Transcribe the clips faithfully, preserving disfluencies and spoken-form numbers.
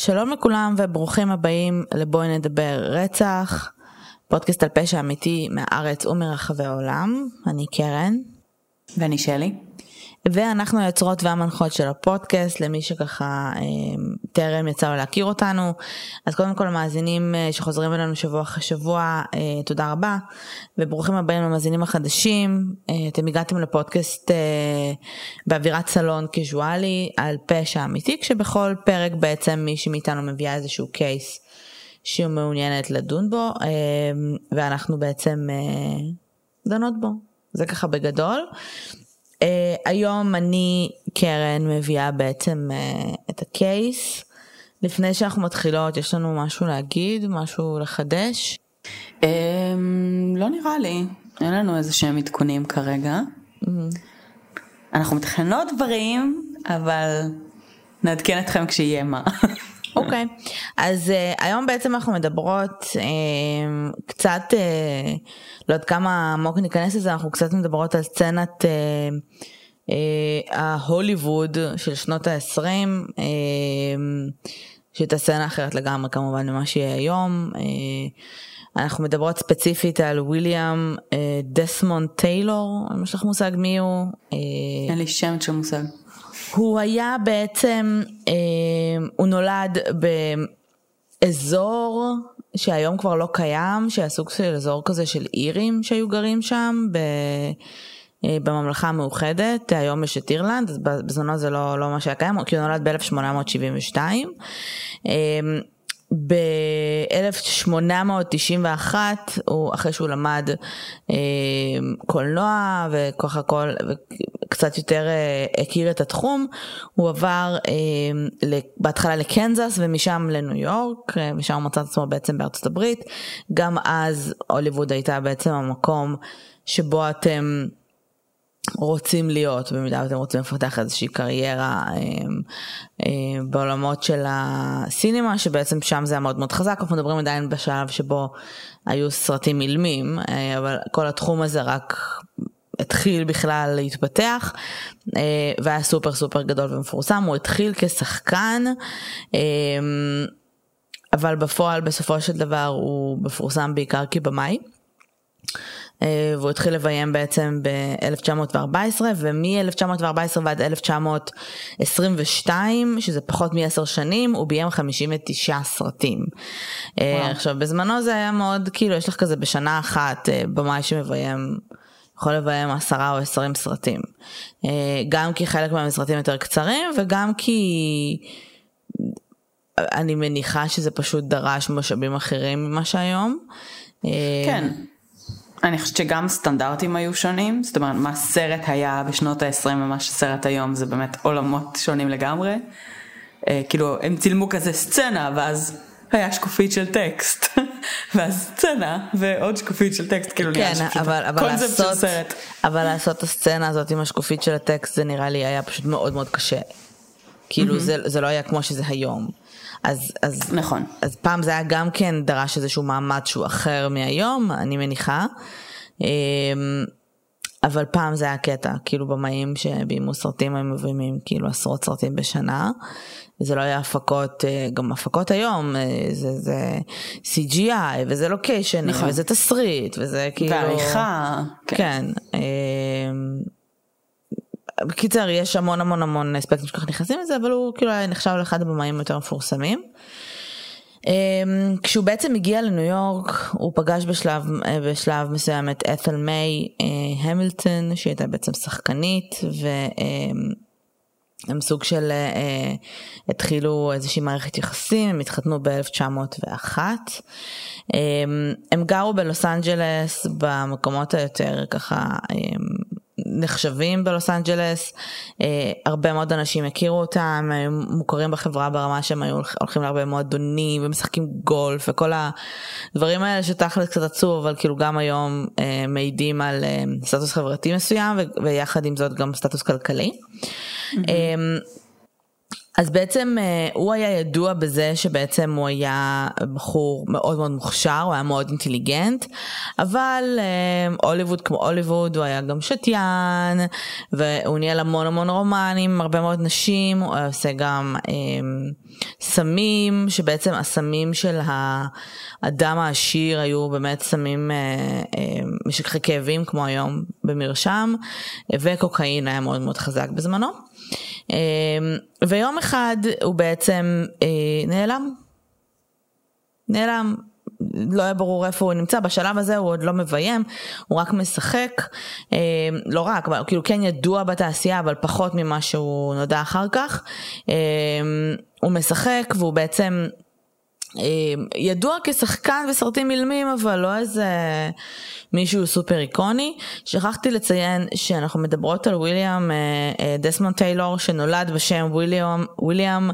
שלום לכולם וברוכים הבאים לבואי נדבר רצח, פודקאסט על פשע אמיתי מהארץ ומרחבי העולם. אני קרן. ואני שלי. ואנחנו היוצרות והמנחות של הפודקאסט, למי שככה אה, טרם יצא לו להכיר אותנו. אז קודם כל המאזינים אה, שחוזרים אלינו שבוע אחרי שבוע, אה, תודה רבה. וברוכים הבאים למאזינים החדשים. אה, אתם הגעתם לפודקאסט אה, באווירת סלון קזואלי על פשע אמיתי, כשבכל פרק בעצם מישהי מאיתנו מביאה איזשהו קייס שהיא מעוניינת לדון בו, אה, ואנחנו בעצם אה, דנות בו. זה ככה בגדול. Uh, היום אני קרן מביאה בעצם uh, את הקייס. לפני שאנחנו מתחילות, יש לנו משהו להגיד, משהו לחדש? Um, לא נראה לי, אין לנו איזה שהם עדכונים כרגע. Mm-hmm. אנחנו מתכננות דברים, אבל נעדכן אתכם כשיהיה מה. אוקיי, okay. אז uh, היום בעצם אנחנו מדברות uh, קצת, uh, לא יודעת כמה עמוק ניכנס לזה, אנחנו קצת מדברות על סצנת uh, uh, ההוליווד של שנות ה-עשרים, uh, שהייתה סצנה אחרת לגמרי כמובן ממה שיהיה היום. Uh, אנחנו מדברות ספציפית על וויליאם uh, דסמונד טיילור, יש לך מושג מי הוא? Uh, אין לי שם של מושג. הוא היה בעצם, אה, הוא נולד באזור שהיום כבר לא קיים, שהיה סוג של אזור כזה של אירים שהיו גרים שם, ב, אה, בממלכה המאוחדת, היום יש את אירלנד, אז בזמנו זה לא, לא מה שהיה קיים, כי הוא נולד ב-אלף שמונה מאות שבעים ושתיים, אה, ב-אלף שמונה מאות תשעים ואחת, הוא, אחרי שהוא למד אה, קולנוע וככה כל, וקצת יותר אה, הכיר את התחום, הוא עבר אה, בהתחלה לקנזס ומשם לניו יורק, אה, ושם הוא מצא את עצמו בעצם בארצות הברית. גם אז הוליווד הייתה בעצם המקום שבו אתם רוצים להיות, במידה ואתם רוצים לפתח איזושהי קריירה אה, אה, בעולמות של הסינמה, שבעצם שם זה היה מאוד מאוד חזק. אנחנו מדברים עדיין בשלב שבו היו סרטים אילמים, אה, אבל כל התחום הזה רק התחיל בכלל להתפתח, אה, והיה סופר סופר גדול ומפורסם. הוא התחיל כשחקן, אה, אבל בפועל בסופו של דבר הוא מפורסם בעיקר כבמאי. והוא התחיל לביים בעצם ב-אלף תשע מאות וארבע עשרה, ומ-אלף תשע מאות וארבע עשרה ועד אלף תשע מאות עשרים ושתיים, שזה פחות מ-עשר שנים, הוא ביים חמישים ותשעה סרטים. וואו. עכשיו, בזמנו זה היה מאוד, כאילו, יש לך כזה בשנה אחת, במאי שמביים, יכול לביים עשרה או עשרים סרטים. גם כי חלק מהסרטים יותר קצרים, וגם כי אני מניחה שזה פשוט דרש משאבים אחרים ממה שהיום. כן. אני חושבת שגם סטנדרטים היו שונים, זאת אומרת, מה סרט היה בשנות ה-עשרים ומה שסרט היום, זה באמת עולמות שונים לגמרי. אה, כאילו, הם צילמו כזה סצנה, ואז היה שקופית של טקסט, ואז סצנה, ועוד שקופית של טקסט, כאילו, כן, נראה אבל, אבל קונספט של סרט. אבל לעשות את הסצנה הזאת עם השקופית של הטקסט, זה נראה לי היה פשוט מאוד מאוד קשה. כאילו, mm-hmm. זה, זה לא היה כמו שזה היום. אז, אז, נכון. אז פעם זה היה גם כן דרש איזשהו מעמד שהוא אחר מהיום, אני מניחה. אבל פעם זה היה קטע, כאילו במאים שביימו סרטים הם מביימים כאילו עשרות סרטים בשנה. זה לא היה הפקות, גם הפקות היום, זה, זה סי ג'י איי, וזה לוקיישן, נכון. וזה תסריט, וזה כאילו... ועריכה. כן. כן. בקיצר, יש המון המון המון אספקטים שכך נכנסים לזה, אבל הוא כאילו נחשב לאחד הבמאים יותר מפורסמים. כשהוא בעצם הגיע לניו יורק, הוא פגש בשלב, בשלב מסוים את את'ל מיי המילטון, שהיא הייתה בעצם שחקנית, והם סוג של, התחילו איזושהי מערכת יחסים, הם התחתנו ב-אלף תשע מאות ואחת. הם גרו בלוס אנג'לס, במקומות היותר ככה... נחשבים בלוס אנג'לס, אה, הרבה מאוד אנשים הכירו אותם, הם מוכרים בחברה ברמה שהם היו הולכים להרבה מועדונים ומשחקים גולף וכל הדברים האלה שתכל'ס קצת עצוב, אבל כאילו גם היום אה, מעידים על אה, סטטוס חברתי מסוים, ו- ויחד עם זאת גם סטטוס כלכלי. Mm-hmm. אה, אז בעצם הוא היה ידוע בזה שבעצם הוא היה בחור מאוד מאוד מוכשר, הוא היה מאוד אינטליגנט, אבל הוליווד כמו הוליווד, הוא היה גם שתיין, והוא ניהל המון המון רומנים עם הרבה מאוד נשים, הוא עושה גם סמים, שבעצם הסמים של האדם העשיר היו באמת סמים משככי כאבים כמו היום במרשם, וקוקאין היה מאוד מאוד חזק בזמנו. ויום אחד הוא בעצם נעלם, נעלם, לא היה ברור איפה הוא נמצא, בשלב הזה הוא עוד לא מביים, הוא רק משחק, לא רק, הוא כאילו כן ידוע בתעשייה, אבל פחות ממה שהוא נודע אחר כך, הוא משחק והוא בעצם ידוע כשחקן בסרטים אילמים, אבל לא איזה מישהו סופר איקוני. שכחתי לציין שאנחנו מדברות על וויליאם דסמונד טיילור, שנולד בשם וויליאם וויליאם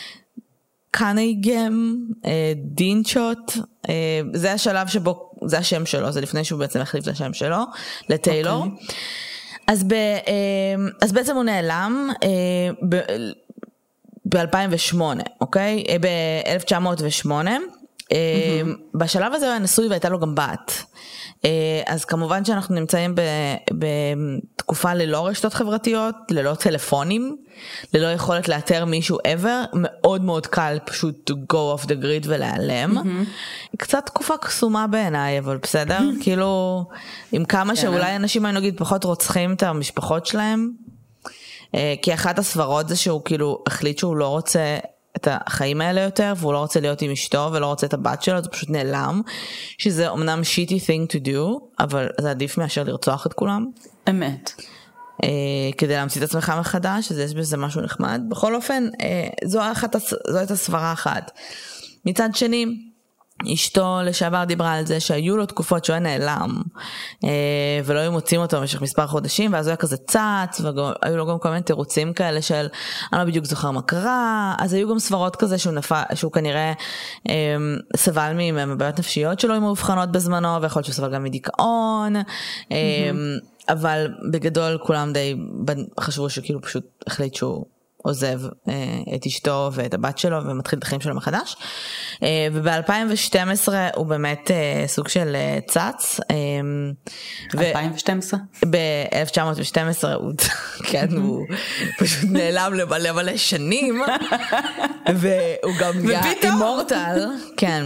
קניגם דינצ'וט. זה השלב שבו, זה השם שלו, זה לפני שהוא בעצם החליף לשם שלו, לטיילור. Okay. אז, ב, אז בעצם הוא נעלם ב, ב-אלפיים ושמונה, אוקיי? ב-אלף תשע מאות ושמונה. בשלב הזה הוא היה נשוי והייתה לו גם בת. אז כמובן שאנחנו נמצאים בתקופה ללא רשתות חברתיות, ללא טלפונים, ללא יכולת לאתר מישהו ever, מאוד מאוד קל פשוט to go off the grid ולהיעלם. קצת תקופה קסומה בעיניי, אבל בסדר, כאילו, עם כמה שאולי אנשים היו נגיד פחות רוצחים את המשפחות שלהם, כי אחת הסברות זה שהוא כאילו החליט שהוא לא רוצה את החיים האלה יותר, והוא לא רוצה להיות עם אשתו, ולא רוצה את הבת שלו, זה פשוט נעלם, שזה אמנם shitty thing to do, אבל זה עדיף מאשר לרצוח את כולם. אמת. כדי להמציא את עצמך מחדש, אז יש בזה משהו נחמד. בכל אופן, זו, אחת, זו הייתה סברה אחת. מצד שני, אשתו לשעבר דיברה על זה שהיו לו תקופות שהוא היה נעלם, ולא היו מוצאים אותו במשך מספר חודשים, ואז הוא היה כזה צץ, והיו לו גם כל מיני תירוצים כאלה של, אני לא בדיוק זוכר מה קרה, אז היו גם סברות כזה שהוא, נפל, שהוא כנראה סבל מבעיות נפשיות שלו עם מאובחנות בזמנו, ויכול להיות שהוא סבל גם מדיכאון, אבל בגדול כולם די חשבו שכאילו פשוט החליט שהוא עוזב את אשתו ואת הבת שלו ומתחיל את החיים שלו מחדש. וב-אלפיים ושתים עשרה הוא באמת סוג של צץ. אלפיים ושתים עשרה? ב-אלף תשע מאות ושתים עשרה הוא, כן, הוא פשוט נעלם למלא מלא שנים, והוא גם נהיה אימורטל. כן.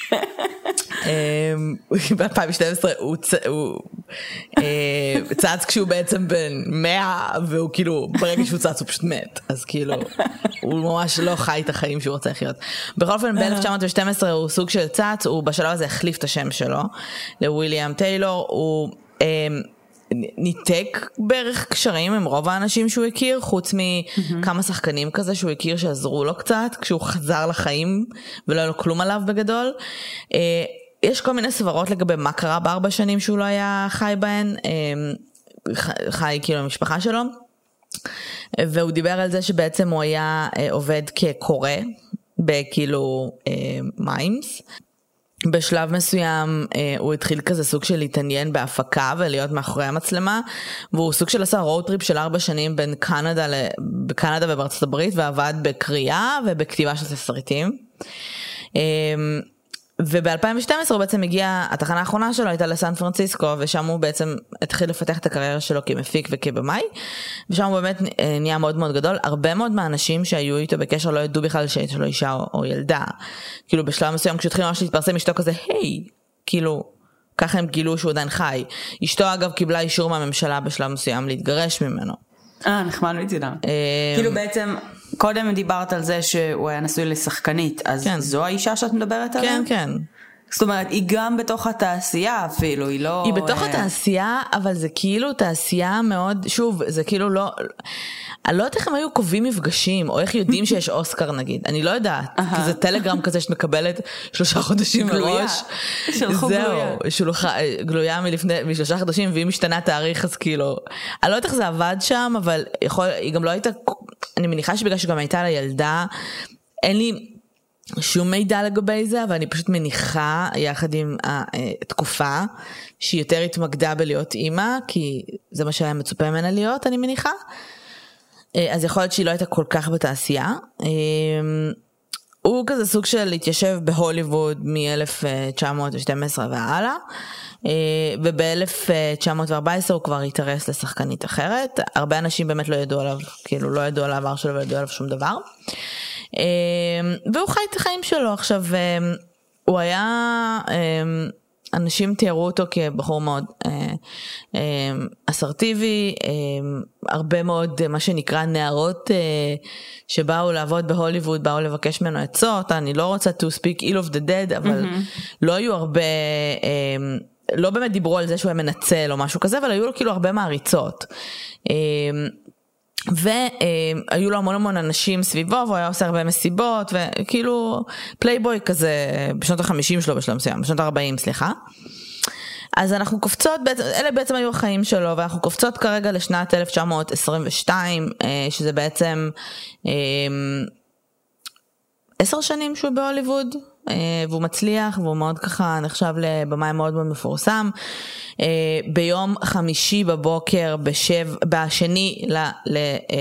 ב-אלפיים ושתים עשרה הוא צץ כשהוא בעצם בן מאה, והוא כאילו ברגע שהוא צץ הוא פשוט מת, אז כאילו הוא ממש לא חי את החיים שהוא רוצה לחיות. בכל אופן ב-אלף תשע מאות ושתים עשרה הוא סוג של צץ, הוא בשלב הזה החליף את השם שלו לוויליאם טיילור, הוא ניתק בערך קשרים עם רוב האנשים שהוא הכיר, חוץ מכמה שחקנים כזה שהוא הכיר שעזרו לו קצת כשהוא חזר לחיים ולא היה לו כלום עליו בגדול. יש כל מיני סברות לגבי מה קרה בארבע שנים שהוא לא היה חי בהן, חי כאילו המשפחה שלו, והוא דיבר על זה שבעצם הוא היה עובד כקורא בכאילו מיימס. בשלב מסוים הוא התחיל כזה סוג של להתעניין בהפקה ולהיות מאחורי המצלמה, והוא סוג של עשה רוד טריפ של ארבע שנים בין קנדה, בקנדה ובארצות הברית, ועבד בקריאה ובכתיבה של סרטים. וב-אלפיים ושתים עשרה הוא בעצם הגיע, התחנה האחרונה שלו הייתה לסן פרנסיסקו, ושם הוא בעצם התחיל לפתח את הקריירה שלו כמפיק וכבמאי, ושם הוא באמת נהיה מאוד מאוד גדול. הרבה מאוד מהאנשים שהיו איתו בקשר לא ידעו בכלל שיש לו אישה או, או ילדה. כאילו בשלב מסוים כשהתחיל ממש להתפרסם אשתו כזה, היי, כאילו, ככה הם גילו שהוא עדיין חי. אשתו אגב קיבלה אישור מהממשלה בשלב מסוים להתגרש ממנו. אה, נחמד מצידם. כאילו בעצם, קודם דיברת על זה שהוא היה נשוי לשחקנית, אז זו האישה שאת מדברת עליה? כן, כן. זאת אומרת, היא גם בתוך התעשייה אפילו, היא לא... היא בתוך התעשייה, אבל זה כאילו תעשייה מאוד, שוב, זה כאילו לא... אני לא יודעת איך הם היו קובעים מפגשים, או איך יודעים שיש אוסקר נגיד, אני לא יודעת, כי זה טלגרם כזה שאת מקבלת שלושה חודשים מראש. שלחו גלויה. זהו, גלויה משלושה חודשים, והיא משתנה תאריך, אז כאילו, אני לא יודעת איך זה עבד שם, אבל היא גם לא הייתה, אני מניחה שבגלל שגם הייתה לה ילדה, אין לי שום מידע לגבי זה, אבל אני פשוט מניחה יחד עם התקופה, שהיא יותר התמקדה בלהיות אימא, כי זה מה שהיה מצופה ממנה להיות, אני מניחה. אז יכול להיות שהיא לא הייתה כל כך בתעשייה. הוא כזה סוג של להתיישב בהוליווד מ-אלף תשע מאות ושתים עשרה והלאה, וב-אלף תשע מאות וארבע עשרה הוא כבר התארס לשחקנית אחרת. הרבה אנשים באמת לא ידעו עליו, כאילו לא ידעו על העבר שלו ולא ידעו עליו שום דבר. והוא חי את החיים שלו. עכשיו, הוא היה, אנשים תיארו אותו כבחור מאוד אסרטיבי, הרבה מאוד מה שנקרא נערות שבאו לעבוד בהוליווד, באו לבקש ממנו עצות. אני לא רוצה to speak ill of the dead, אבל לא היו הרבה, לא באמת דיברו על זה שהוא היה מנצל או משהו כזה, אבל היו לו כאילו הרבה מעריצות. והיו לו המון המון אנשים סביבו, והוא היה עושה הרבה מסיבות, וכאילו פלייבוי כזה בשנות ה-חמישים שלו בשלב מסוים, בשנות ה-ארבעים, סליחה. אז אנחנו קופצות, אלה בעצם היו החיים שלו, ואנחנו קופצות כרגע לשנת אלף תשע מאות עשרים ושתיים, שזה בעצם עשר שנים שהוא בהוליווד, והוא מצליח, והוא מאוד ככה נחשב לבמאי מאוד מאוד מפורסם. ביום חמישי בבוקר, בשב, בשני ל, ל,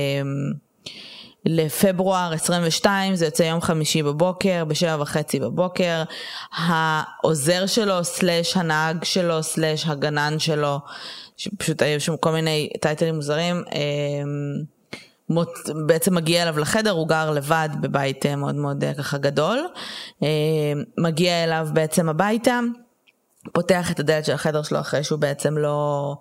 לפברואר עשרים ושתיים, זה יוצא יום חמישי בבוקר, בשבע וחצי בבוקר, העוזר שלו, סלש הנהג שלו, סלש הגנן שלו, שפשוט היו שם כל מיני טייטלים מוזרים, בעצם מגיע אליו לחדר, הוא גר לבד בבית מאוד מאוד ככה גדול, מגיע אליו בעצם הביתה, פותח את הדלת של החדר שלו אחרי שהוא בעצם לא,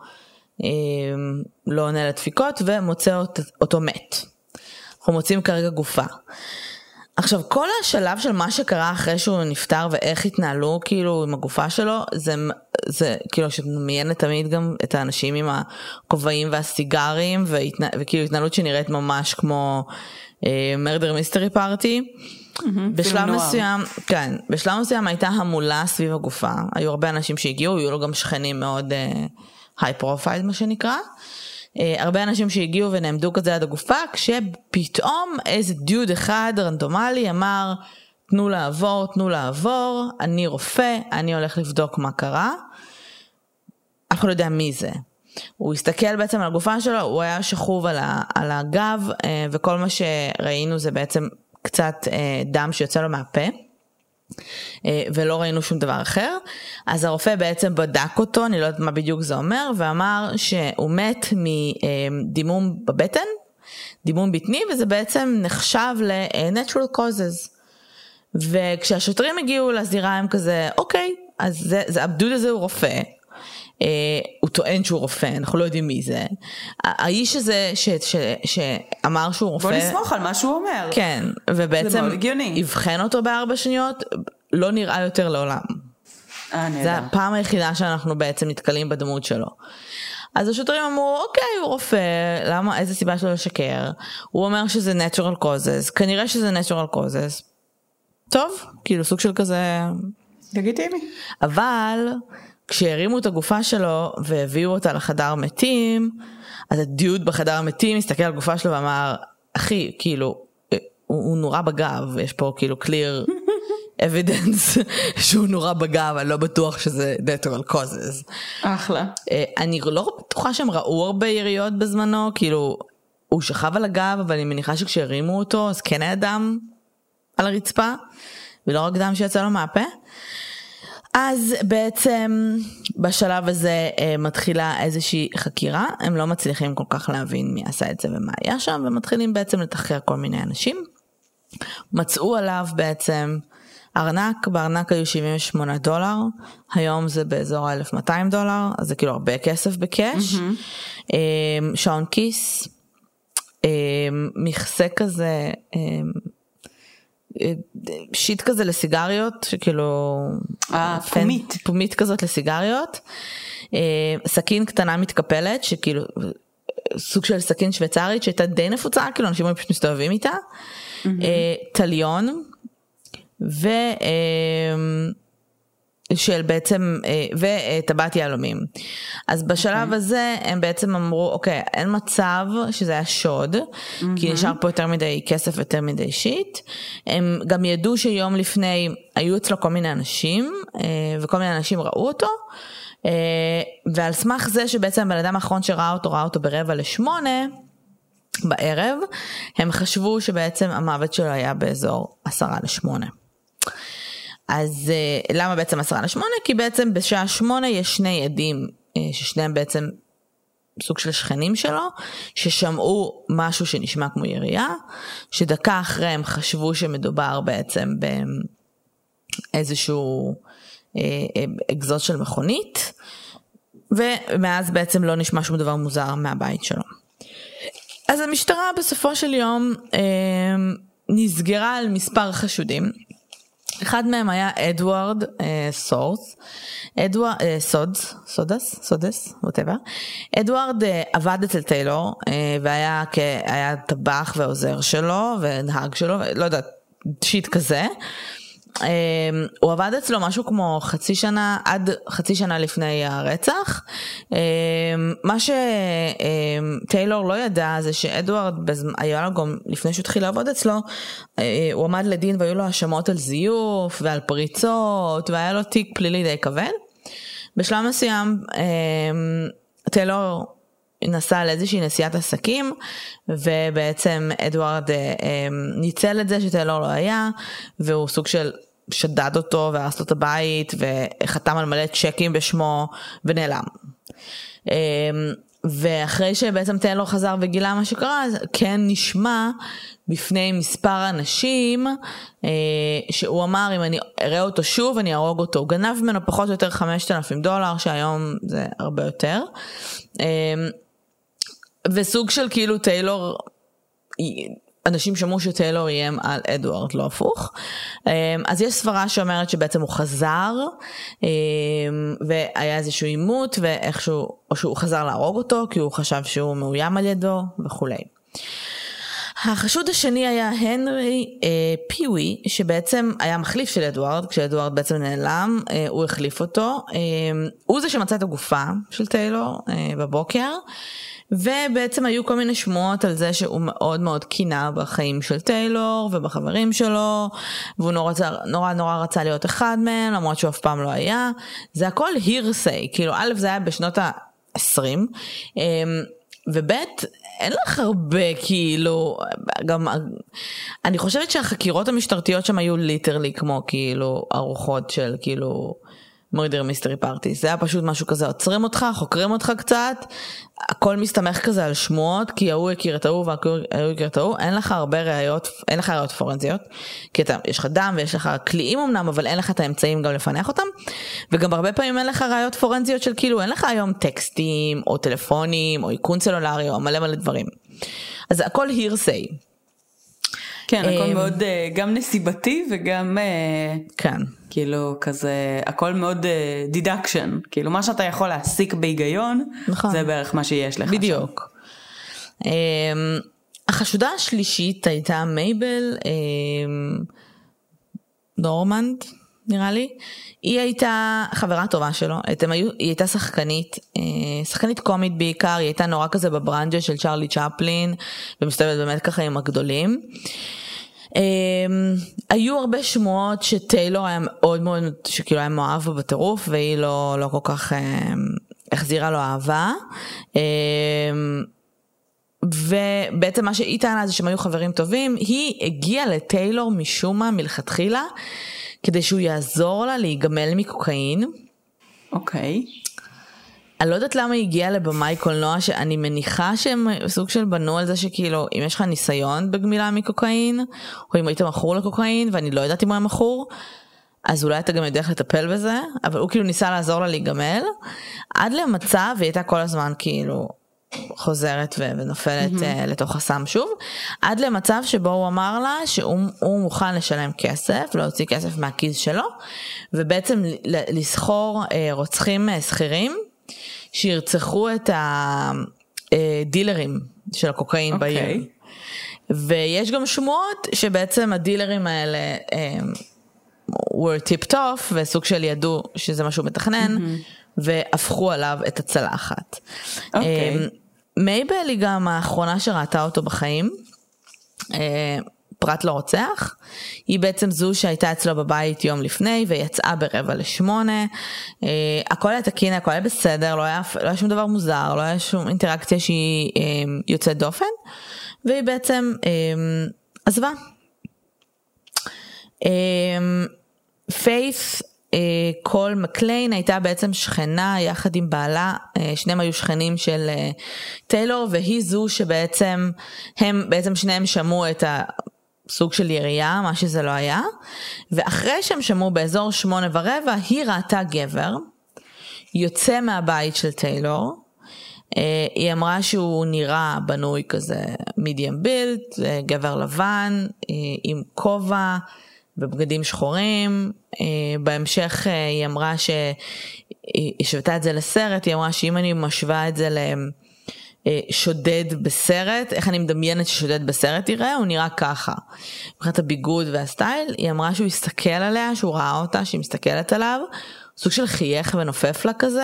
לא עונה לדפיקות, ומוצא אותו מת. אנחנו מוצאים כרגע גופה. עכשיו, כל השלב של מה שקרה אחרי שהוא נפטר, ואיך התנהלו כאילו עם הגופה שלו, זה, זה כאילו שמיינת תמיד גם את האנשים עם הכובעים והסיגרים, והתנה, וכאילו התנהלות שנראית ממש כמו מרדר מיסטרי פארטי. בשלב מסוים, כן, בשלב מסוים הייתה המולה סביב הגופה, היו הרבה אנשים שהגיעו, היו לו גם שכנים מאוד היי פרופייל מה שנקרא, הרבה אנשים שהגיעו ונעמדו כזה עד הגופה, כשפתאום איזה דיוד אחד רנדומלי אמר, תנו לעבור, תנו לעבור, אני רופא, אני הולך לבדוק מה קרה, אף אחד לא יודע מי זה. הוא הסתכל בעצם על הגופה שלו, הוא היה שכוב על, ה, על הגב, וכל מה שראינו זה בעצם קצת דם שיוצא לו מהפה, ולא ראינו שום דבר אחר. אז הרופא בעצם בדק אותו, אני לא יודעת מה בדיוק זה אומר, ואמר שהוא מת מדימום בבטן, דימום בטני, וזה בעצם נחשב ל-natural causes. וכשהשוטרים הגיעו לזירה הם כזה, אוקיי, אז זה, זה, הבדוד הזה הוא רופא, Uh, הוא טוען שהוא רופא, אנחנו לא יודעים מי זה. האיש הזה ש, ש, שאמר שהוא רופא, בוא נסמוך על מה שהוא אומר. כן, ובעצם יבחן אותו בארבע שניות, לא נראה יותר לעולם. אה, נהדר. זה הפעם היחידה שאנחנו בעצם נתקלים בדמות שלו. אז השוטרים אמרו, אוקיי, הוא רופא, למה, איזה סיבה שלו לשקר? הוא אומר שזה natural causes, כנראה שזה natural causes. טוב, כאילו סוג של כזה לגיטימי. אבל כשהרימו את הגופה שלו והביאו אותה לחדר מתים, אז הדיוד בחדר המתים הסתכל על הגופה שלו ואמר, אחי, כאילו, הוא, הוא נורא בגב, יש פה כאילו clear evidence שהוא נורא בגב, אני לא בטוח שזה natural causes. אחלה. אני לא בטוחה שהם ראו הרבה יריות בזמנו, כאילו, הוא שכב על הגב, אבל אני מניחה שכשהרימו אותו, אז כן היה דם על הרצפה, ולא רק דם שיצא לו מהפה. אז בעצם בשלב הזה מתחילה איזושהי חקירה, הם לא מצליחים כל כך להבין מי עשה את זה ומה היה שם, ומתחילים בעצם לתחקר כל מיני אנשים. מצאו עליו בעצם ארנק, בארנק היו שבעים ושמונה דולר, היום זה באזור אלף ומאתיים דולר, אז זה כאילו הרבה כסף בקש, mm-hmm. שעון כיס, מכסה כזה, שיט כזה לסיגריות, שכאילו אה, פומית. פומית כזאת לסיגריות, סכין קטנה מתקפלת, שכאילו סוג של סכין שוויצרית, שהייתה די נפוצה, כאילו אנשים פשוט מסתובבים איתה, טליון, ו... של בעצם, וטבעת יהלומים. אז בשלב okay. הזה הם בעצם אמרו, אוקיי, אין מצב שזה היה שוד, mm-hmm. כי נשאר פה יותר מדי כסף, יותר מדי שיט. הם גם ידעו שיום לפני היו אצלו כל מיני אנשים, וכל מיני אנשים ראו אותו, ועל סמך זה שבעצם הבן אדם האחרון שראה אותו, ראה אותו ברבע לשמונה, בערב, הם חשבו שבעצם המוות שלו היה באזור עשרה לשמונה. אז למה בעצם עשרה לשמונה? כי בעצם בשעה שמונה יש שני עדים, ששניהם בעצם סוג של שכנים שלו, ששמעו משהו שנשמע כמו ירייה, שדקה אחרי הם חשבו שמדובר בעצם באיזשהו אקזוז של מכונית, ומאז בעצם לא נשמע שום דבר מוזר מהבית שלו. אז המשטרה בסופו של יום נסגרה על מספר חשודים, אחד מהם היה אדוארד סורס, אדוארד סודס, סודס, סודס, whatever. אדוארד עבד אצל טיילור, והיה היה טבח ועוזר שלו, ונהג שלו, לא יודעת, שיט כזה. הוא עבד אצלו משהו כמו חצי שנה, עד חצי שנה לפני הרצח. מה שטיילור לא ידע זה שאדוארד, היה לו גם לפני שהוא התחיל לעבוד אצלו, הוא עמד לדין והיו לו האשמות על זיוף ועל פריצות, והיה לו תיק פלילי די כבד. בשלב מסוים טיילור נסע על איזושהי נסיעת עסקים, ובעצם אדוארד ניצל את זה שטיילור לא היה, והוא סוג של שדד אותו והרס לו את הבית, וחתם על מלא צ'קים בשמו, ונעלם. ואחרי שבעצם טיילור חזר וגילה מה שקרה, אז כן נשמע בפני מספר אנשים, שהוא אמר, אם אני אראה אותו שוב, אני ארוג אותו. הוא גנב ממנו פחות או יותר חמשת אלפים דולר, שהיום זה הרבה יותר. וסוג של כאילו טיילור, אנשים שמעו שטיילור איים על אדוארד, לא הפוך. אז יש סברה שאומרת שבעצם הוא חזר, והיה איזשהו עימות, ואיכשהו, או שהוא חזר להרוג אותו, כי הוא חשב שהוא מאוים על ידו, וכולי. החשוד השני היה הנרי אה, פיווי, שבעצם היה מחליף של אדוארד, כשאדוארד בעצם נעלם, אה, הוא החליף אותו. אה, הוא זה שמצא את הגופה של טיילור אה, בבוקר, ובעצם היו כל מיני שמועות על זה שהוא מאוד מאוד קינה בחיים של טיילור ובחברים שלו, והוא נורא, נורא נורא רצה להיות אחד מהם, למרות שהוא אף פעם לא היה. זה הכל הירסי, כאילו א' זה היה בשנות ה-עשרים, וב' אין לך הרבה כאילו, גם אני חושבת שהחקירות המשטרתיות שם היו ליטרלי כמו כאילו ארוחות של כאילו מורדר מיסטרי פארטי. זה היה פשוט משהו כזה, עוצרים אותך, חוקרים אותך קצת, הכל מסתמך כזה על שמועות, כי ההוא הכיר את ההוא וההוא הכיר את ההוא, אין לך הרבה ראיות, אין לך ראיות פורנזיות, כי אתה, יש לך דם ויש לך כליאים אמנם, אבל אין לך את האמצעים גם לפענח אותם, וגם הרבה פעמים אין לך ראיות פורנזיות של כאילו, אין לך היום טקסטים, או טלפונים, או איכון סלולרי, או מלא מלא דברים. אז הכל הירסי. כן, הכל מאוד גם נסיבתי וגם כן. כאילו כזה, הכל מאוד דידקשן, כאילו מה שאתה יכול להסיק בהיגיון, נכון. זה בערך מה שיש לך. בדיוק. שם. החשודה השלישית הייתה מייבל נורמנד, נראה לי. היא הייתה חברה טובה שלו, היא הייתה שחקנית, שחקנית קומית בעיקר, היא הייתה נורא כזה בברנג'ה של צ'רלי צ'פלין, ומסתובבת באמת ככה עם הגדולים. היו הרבה שמועות שטיילור היה מאוד מאוד, שכאילו היה מאוהב בו בטירוף, והיא לא, לא כל כך החזירה לו אהבה. ובעצם מה שהיא טענה זה שהם היו חברים טובים, היא הגיעה לטיילור משום מה מלכתחילה, כדי שהוא יעזור לה להיגמל מקוקאין. אוקיי. אני לא יודעת למה היא הגיעה לבמאי קולנוע, שאני מניחה שהם סוג של בנו על זה שכאילו, אם יש לך ניסיון בגמילה מקוקאין, או אם היית מכור לקוקאין, ואני לא יודעת אם הוא היה מכור, אז אולי אתה גם יודע איך לטפל בזה, אבל הוא כאילו ניסה לעזור לה להיגמל, עד למצב, והיא הייתה כל הזמן כאילו חוזרת ונופלת mm-hmm. לתוך הסם שוב, עד למצב שבו הוא אמר לה שהוא מוכן לשלם כסף, להוציא כסף מהכיס שלו, ובעצם לסחור רוצחים סחירים, שירצחו את הדילרים של הקוקאין okay. בעיר. ויש גם שמועות שבעצם הדילרים האלה were tipped off, וסוג של ידעו שזה משהו מתכנן, mm-hmm. והפכו עליו את הצלחת. אוקיי. Okay. מייבל היא גם האחרונה שראתה אותו בחיים, פרט לרוצח. היא בעצם זו שהייתה אצלו בבית יום לפני, ויצאה ברבע לשמונה. הכל היה תקין, הכל היה בסדר, לא היה, לא היה שום דבר מוזר, לא היה שום אינטראקציה שהיא יוצאת דופן. והיא בעצם עזבה. פיית' קול מקליין הייתה בעצם שכנה יחד עם בעלה, שניהם היו שכנים של טיילור, והיא זו שבעצם, הם בעצם שניהם שמעו את הסוג של ירייה, מה שזה לא היה, ואחרי שהם שמעו באזור שמונה ורבע, היא ראתה גבר, יוצא מהבית של טיילור, היא אמרה שהוא נראה בנוי כזה medium build, גבר לבן, עם כובע, בבגדים שחורים. בהמשך היא אמרה שהיא השוותה את זה לסרט, היא אמרה שאם אני משווה את זה לשודד בסרט, איך אני מדמיינת ששודד בסרט יראה, הוא נראה ככה. מבחינת הביגוד והסטייל, היא אמרה שהוא הסתכל עליה, שהוא ראה אותה, שהיא מסתכלת עליו, סוג של חייך ונופף לה כזה,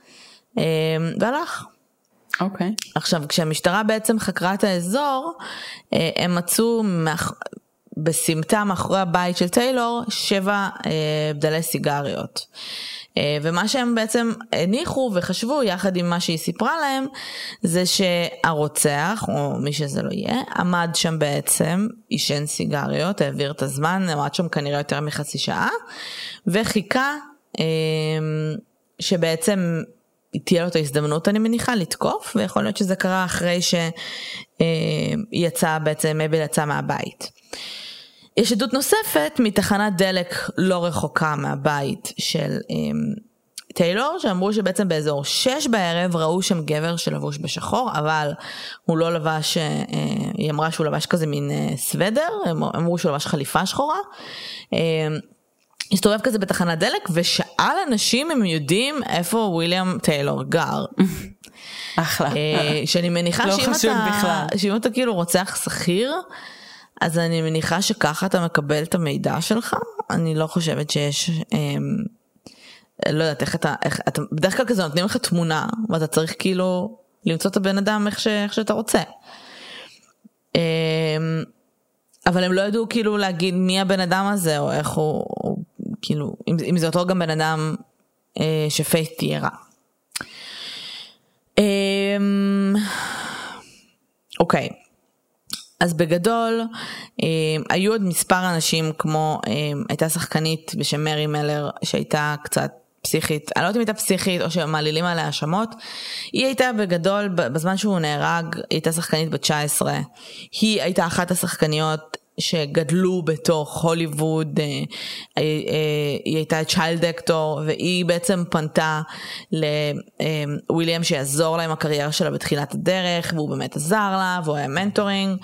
והלך. אוקיי. Okay. עכשיו, כשהמשטרה בעצם חקרה את האזור, הם מצאו מאח... בסמטה מאחורי הבית של טיילור שבע בדלי סיגריות. ומה שהם בעצם הניחו וחשבו יחד עם מה שהיא סיפרה להם, זה שהרוצח, או מי שזה לא יהיה, עמד שם בעצם, עישן סיגריות, העביר את הזמן, עמד שם כנראה יותר מחצי שעה, וחיכה שבעצם תהיה לו את ההזדמנות, אני מניחה, לתקוף, ויכול להיות שזה קרה אחרי שהיא יצאה בעצם, מייבל יצאה מהבית. יש עדות נוספת מתחנת דלק לא רחוקה מהבית של טיילור, שאמרו שבעצם באזור שש בערב ראו שם גבר שלבוש בשחור, אבל הוא לא לבש, היא אמרה שהוא לבש כזה מין סוודר, אמרו שהוא לבש חליפה שחורה, הסתובב כזה בתחנת דלק, ושאל אנשים אם יודעים איפה וויליאם טיילור גר. אחלה. שאני מניחה לא שאם חשוב אתה, בכלל. שאם אתה כאילו רוצח שכיר, אז אני מניחה שככה אתה מקבל את המידע שלך. אני לא חושבת שיש, לא יודעת איך אתה, איך, אתה בדרך כלל כזה נותנים לך תמונה, ואתה צריך כאילו למצוא את הבן אדם איך, ש, איך שאתה רוצה. אבל הם לא ידעו כאילו להגיד מי הבן אדם הזה, או איך הוא, או, כאילו, אם, אם זה אותו גם בן אדם אה, שפיית' תיארה. אה, אוקיי. אז בגדול, אה, היו עוד מספר אנשים כמו, אה, הייתה שחקנית בשם מרי מלר, שהייתה קצת פסיכית, אני לא יודעת אם הייתה פסיכית או שמעלילים עליה האשמות, היא הייתה בגדול, בזמן שהוא נהרג, היא הייתה שחקנית ב-תשע עשרה, היא הייתה אחת השחקניות שגדלו בתוך הוליווד, היא הייתה צ'יילד אקטור, והיא בעצם פנתה לוויליאם שיעזור לה עם הקריירה שלה בתחילת הדרך, והוא באמת עזר לה, והוא היה מנטורינג,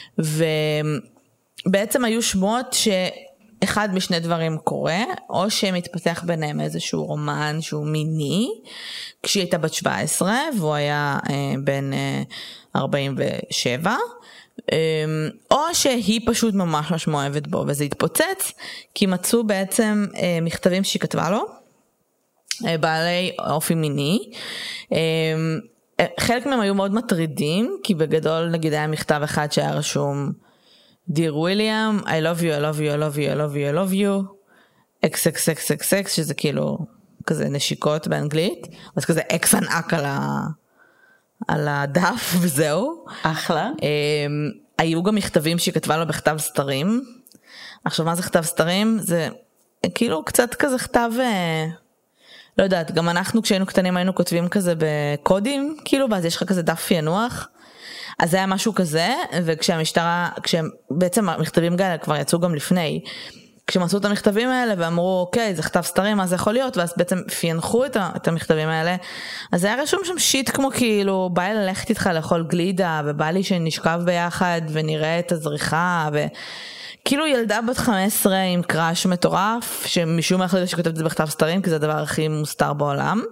ובעצם היו שמועות ש... אחד משני דברים קורה, או שמתפתח ביניהם איזשהו רומן שהוא מיני, כשהיא הייתה בת שבע עשרה, והוא היה אה, בן אה, ארבעים ושבע, אה, או שהיא פשוט ממש ממש מאוהבת בו, וזה התפוצץ, כי מצאו בעצם אה, מכתבים שהיא כתבה לו, אה, בעלי אופי מיני, אה, חלק מהם היו מאוד מטרידים, כי בגדול נגיד היה מכתב אחד שהיה רשום, Dear William, I love you, I love you, I love you, I love you, I love you, אקס אקס אקס אקס אקס, שזה כאילו כזה נשיקות באנגלית, אז כזה אקס ענק על, ה... על הדף וזהו. אחלה. היו גם מכתבים שהיא כתבה לו בכתב סתרים. עכשיו מה זה כתב סתרים? זה כאילו קצת כזה כתב, לא יודעת, גם אנחנו כשהיינו קטנים היינו כותבים כזה בקודים, כאילו, ואז יש לך כזה דף ינוח. אז זה היה משהו כזה, וכשהמשטרה, כשבעצם המכתבים כאלה כבר יצאו גם לפני, כשמצאו את המכתבים האלה ואמרו, אוקיי, זה כתב סתרים, מה זה יכול להיות? ואז בעצם פיינחו את המכתבים האלה, אז זה היה רשום שם שיט כמו כאילו, בא לי ללכת איתך לאכול גלידה, ובא לי שנשכב ביחד ונראה את הזריחה, וכאילו ילדה בת חמש עשרה עם קראש מטורף, שמשום מה החליטה שכותבת את זה בכתב סתרים, כי זה הדבר הכי מוסתר בעולם.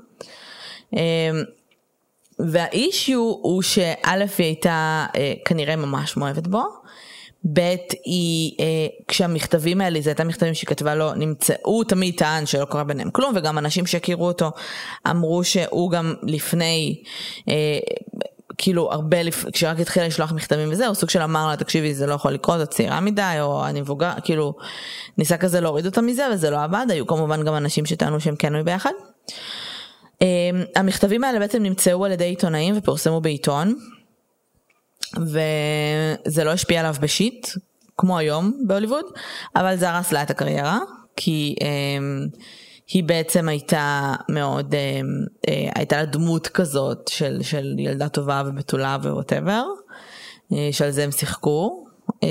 והאישיו הוא שא' היא הייתה אה, כנראה ממש מואבת בו, ב' היא, אה, כשהמכתבים האלה, זה הייתה מכתבים שהיא כתבה לו, נמצאו תמיד טען שלא קורה ביניהם כלום, וגם אנשים שהכירו אותו אמרו שהוא גם לפני, אה, כאילו הרבה, לפ... כשרק התחילה לשלוח מכתבים וזה, הוא סוג של אמר לה, תקשיבי, זה לא יכול לקרות, את צעירה מדי, או אני מבוגר, כאילו, ניסה כזה להוריד אותה מזה, וזה לא עבד, היו כמובן גם אנשים שטענו שהם כן היו ביחד. המכתבים האלה בעצם נמצאו על ידי עיתונאים ופורסמו בעיתון, וזה לא השפיע עליו בשיט, כמו היום בהוליווד, אבל זה הרס לה את הקריירה, כי היא בעצם הייתה מאוד, הייתה לה דמות כזאת של, של ילדה טובה ובתולה ווואטאבר, שעל זה הם שיחקו,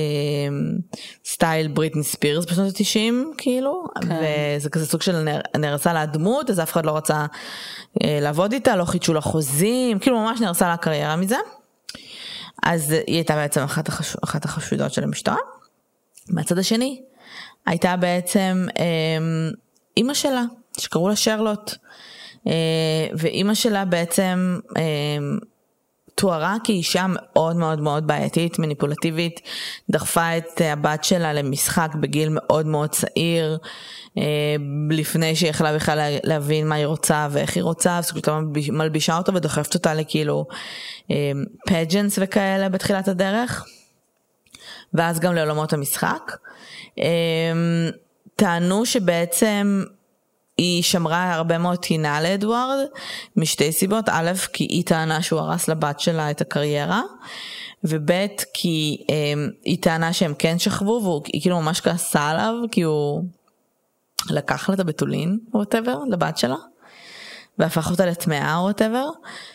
סטייל בריטני ספירס בשנות ה-תשעים כאילו, וזה כזה סוג של נרסה לה דמות, אז אף אחד לא רצה לעבוד איתה, לא חידשו לה חוזים, כאילו ממש נרסה לה הקריירה מזה. אז היא הייתה בעצם אחת, החש... אחת החשודות של המשטרה. מהצד השני, הייתה בעצם אה, אימא שלה, שקראו לה שרלוט, אה, ואימא שלה בעצם אה, תוארה כאישה מאוד מאוד מאוד בעייתית, מניפולטיבית, דחפה את הבת שלה למשחק בגיל מאוד מאוד צעיר, אה, לפני שהיא יכלה בכלל להבין מה היא רוצה ואיך היא רוצה, וסקוטה מלבישה אותה ודוחפת אותה לכאילו פג'נס וכאלה בתחילת הדרך, ואז גם לעולמות המשחק. טענו שבעצם היא שמרה הרבה מאוד טינה לאדוארד, משתי סיבות, א', כי היא טענה שהוא הרס לבת שלה את הקריירה, וב', כי היא טענה שהם כן שכבו, והיא כאילו ממש כעסה עליו, כי הוא לקח לה את הבתולין, או whatever, לבת שלה, והפך אותה לתמאה, או whatever,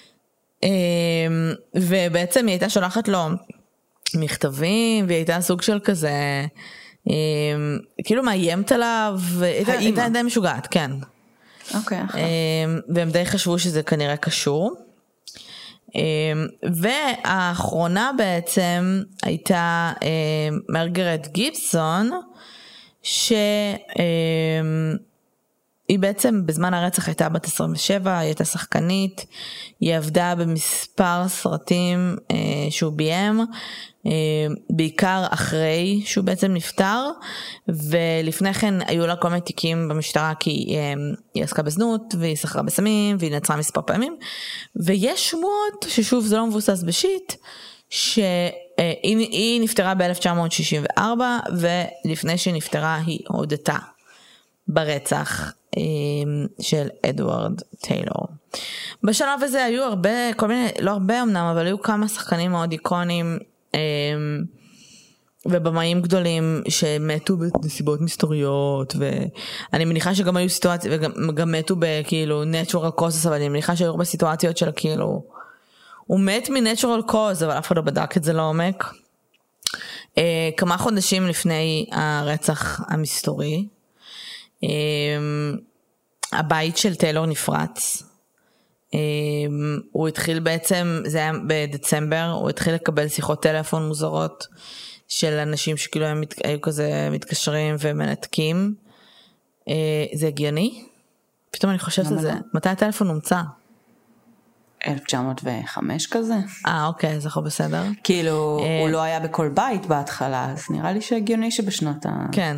ובעצם היא הייתה שולחת לו מכתבים, והיא הייתה סוג של כזה, כאילו מאיימת עליו, הייתה די משוגעת, כן. אוקיי, אחלה. והם די חשבו שזה כנראה קשור. והאחרונה בעצם הייתה מרגרט גיבסון, שהיא בעצם בזמן הרצח הייתה בת עשרים ושבע, היא הייתה שחקנית, היא עבדה במספר סרטים שהוא ביים, בעיקר אחרי שהוא בעצם נפטר, ולפני כן היו לה כל מיני תיקים במשטרה, כי היא עסקה בזנות, והיא שכרה בסמים, והיא נעצרה מספר פעמים, ויש שמועות, ששוב זה לא מבוסס בשיט, שהיא נפטרה ב-אלף תשע מאות שישים וארבע, ולפני שהיא נפטרה היא הודתה ברצח של אדוארד טיילור. בשלב הזה היו הרבה, כל מיני, לא הרבה אמנם, אבל היו כמה שחקנים מאוד איקונים, ובמאים גדולים שמתו בנסיבות מסתוריות, ואני מניחה שגם היו סיטואציות, וגם מתו בכאילו natural causes, אבל אני מניחה שהיו הרבה סיטואציות של כאילו, הוא מת מ-natural cause, אבל אף אחד לא בדק את זה לעומק. כמה חודשים לפני הרצח המסתורי, הבית של טיילור נפרץ, הוא התחיל בעצם, זה היה בדצמבר, הוא התחיל לקבל שיחות טלפון מוזרות של אנשים שכאילו הם היו כזה מתקשרים ומנתקים. זה הגיוני? פתאום אני חושבת על זה. מתי הטלפון הומצא? אלף תשע מאות וחמש כזה. אה, אוקיי, זה יכול בסדר. כאילו, הוא לא היה בכל בית בהתחלה, אז נראה לי שהגיוני שבשנות ה... כן.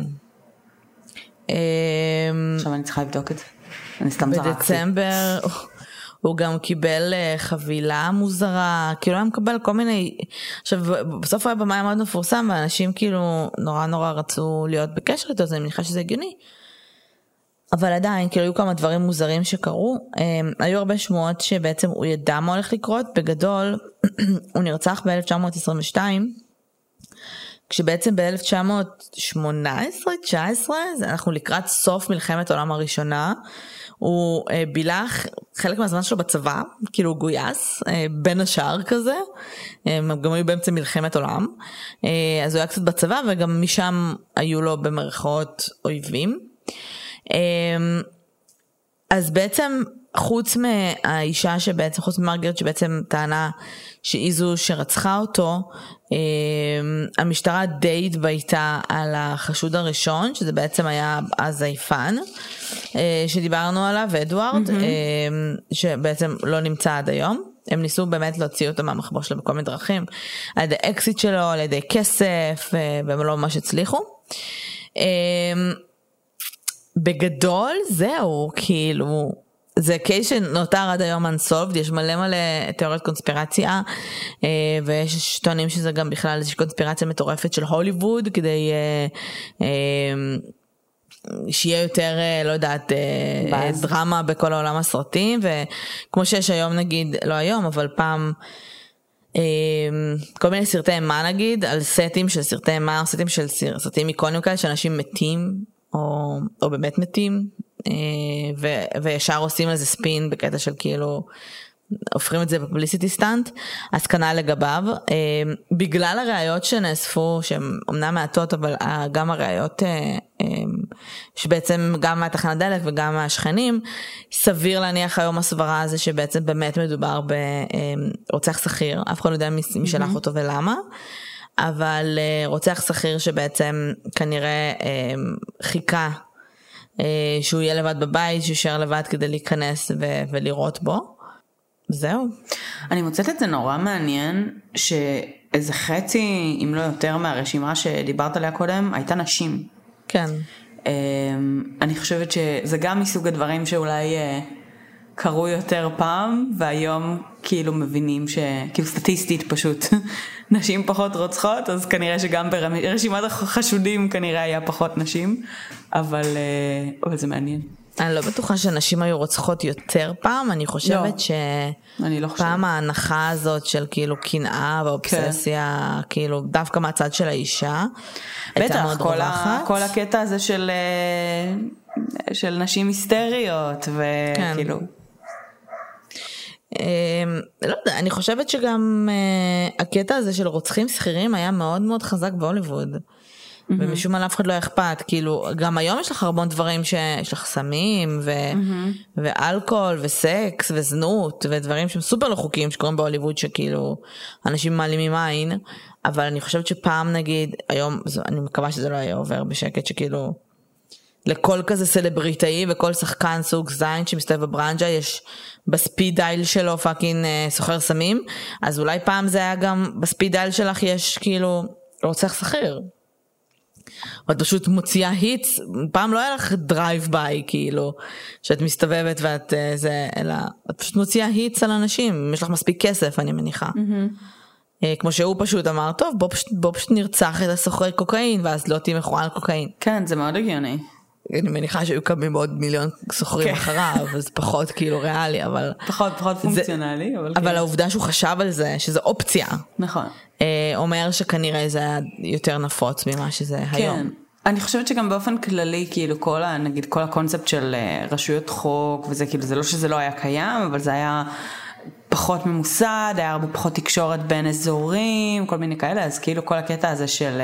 עכשיו אני צריכה לבדוק את זה. אני סתם זרקתי. בדצמבר... הוא גם קיבל חבילה מוזרה, כאילו היה מקבל כל מיני, עכשיו בסוף הוא היה במה מאוד מפורסם, ואנשים כאילו נורא נורא רצו להיות בקשר איתו, אז אני מניחה שזה הגיוני, אבל עדיין כאילו היו כמה דברים מוזרים שקרו, היו הרבה שמועות שבעצם הוא ידע מה הולך לקרות, בגדול הוא נרצח ב-אלף תשע מאות עשרים ושתיים, כשבעצם ב-אלף תשע מאות שמונה עשרה תשע עשרה, אנחנו לקראת סוף מלחמת העולם הראשונה, הוא בילה חלק מהזמן שלו בצבא, כאילו הוא גויס, בין השאר כזה, הם גם היו באמצע מלחמת עולם, אז הוא היה קצת בצבא, וגם משם היו לו במרכאות אויבים. אז בעצם חוץ מהאישה שבעצם, חוץ ממרגרט שבעצם טענה שהיא זו שרצחה אותו, המשטרה די התבייתה על החשוד הראשון, שזה בעצם היה הזייפן, שדיברנו עליו, אדוארד, שבעצם לא נמצא עד היום. הם ניסו באמת להוציא אותו מהמחבור שלו בכל מיני דרכים, על ידי אקסיט שלו, על ידי כסף, והם לא ממש הצליחו. בגדול זהו, כאילו, זה קייס שנותר עד היום unsolved, יש מלא מלא תיאוריות קונספירציה, ויש טוענים שזה גם בכלל איזושהי קונספירציה מטורפת של הוליווד, כדי שיהיה יותר, לא יודעת, דרמה בכל העולם הסרטים, וכמו שיש היום נגיד, לא היום, אבל פעם כל מיני סרטי אימה נגיד, על סטים של סרטי אימה, או סטים של סרטים איקונים כאלה, שאנשים מתים, או, או באמת מתים, ו, וישר עושים לזה ספין, בקטע של כאילו, הופכים את זה בפובליסיטי סטנט, אז כנ"ל לגביו, בגלל הראיות שנאספו, שהן אומנם מעטות, אבל גם הראיות, שבעצם גם מהתחנת דלק וגם מהשכנים, סביר להניח היום הסברה הזה, שבעצם באמת מדובר ברוצח שכיר, אף אחד לא יודע מי שלח אותו ולמה, אבל רוצח שכיר שבעצם כנראה חיכה, שהוא יהיה לבד בבית, שהוא יישאר לבד כדי להיכנס ולראות בו, זהו. אני מוצאת את זה נורא מעניין, שאיזה חצי, אם לא יותר מהרשימה שדיברת עליה קודם, הייתה נשים. כן. אני חושבת שזה גם מסוג הדברים שאולי קרו יותר פעם, והיום כאילו מבינים שכאילו סטטיסטית פשוט נשים פחות רוצחות, אז כנראה שגם ברשימת החשודים כנראה היה פחות נשים, אבל, אבל זה מעניין. אני לא בטוחה שנשים היו רוצחות יותר פעם, אני חושבת שפעם ההנחה הזאת של כאילו קנאה ואובססיה, כאילו דווקא מהצד של האישה, הייתה מאוד רווחת. כל הקטע הזה של, של נשים היסטריות, וכאילו... לא יודע, אני חושבת שגם הקטע הזה של רוצחים שכירים היה מאוד מאוד חזק בהוליווד. ומשום מה אף אחד לא אכפת, כאילו, גם היום יש לך הרבה דברים שיש לך סמים, ו- mm-hmm. ואלכוהול, וסקס, וזנות, ודברים שהם סופר לא חוקיים שקוראים בהוליווד, שכאילו, אנשים מעלימים עין, אבל אני חושבת שפעם נגיד, היום, אני מקווה שזה לא היה עובר בשקט, שכאילו, לכל כזה סלבריטאי, וכל שחקן סוג זין שמסתובב בברנג'ה, יש בספיד דייל שלו פאקינג סוחר סמים, אז אולי פעם זה היה גם, בספיד דייל שלך יש כאילו, רוצח שכיר. ואת פשוט מוציאה היטס, פעם לא היה לך דרייב ביי, כאילו, שאת מסתובבת ואת זה, אלא, את פשוט מוציאה היטס על אנשים, יש לך מספיק כסף, אני מניחה. Mm-hmm. כמו שהוא פשוט אמר, טוב, בוא פשוט, בוא פשוט נרצח את הסוחרי קוקאין, ואז לא תהיה מכורה על קוקאין. כן, זה מאוד הגיוני. אני מניחה שהיו קמים עוד מיליון סוחרים אחריו, אז פחות כאילו ריאלי, אבל... פחות, פחות פונקציונלי, אבל... אבל העובדה שהוא חשב על זה, שזה אופציה. נכון. אומר שכנראה זה היה יותר נפוץ ממה שזה היום. כן. אני חושבת שגם באופן כללי, כאילו כל ה, נגיד, כל הקונספט של רשויות חוק, וזה כאילו, זה לא שזה לא היה קיים, אבל זה היה פחות ממוסד, היה הרבה פחות תקשורת בין אזורים, כל מיני כאלה, אז כאילו כל הקטע הזה של...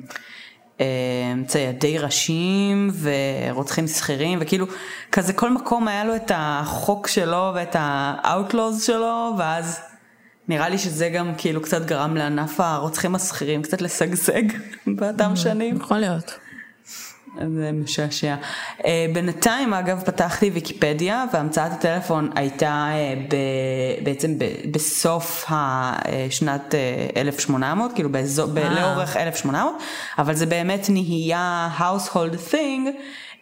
ציידי ראשים ורוצחים שכירים, וכאילו כזה כל מקום היה לו את החוק שלו ואת האוטלוז שלו, ואז נראה לי שזה גם כאילו קצת גרם לענף הרוצחים השכירים קצת לשגשג באותם שנים. יכול להיות. זה משעשע. בינתיים אגב פתחתי ויקיפדיה, והמצאת הטלפון הייתה בעצם בסוף השנת אלף שמונה מאות, כאילו לאורך אלף שמונה מאות, אבל זה באמת נהיה household thing,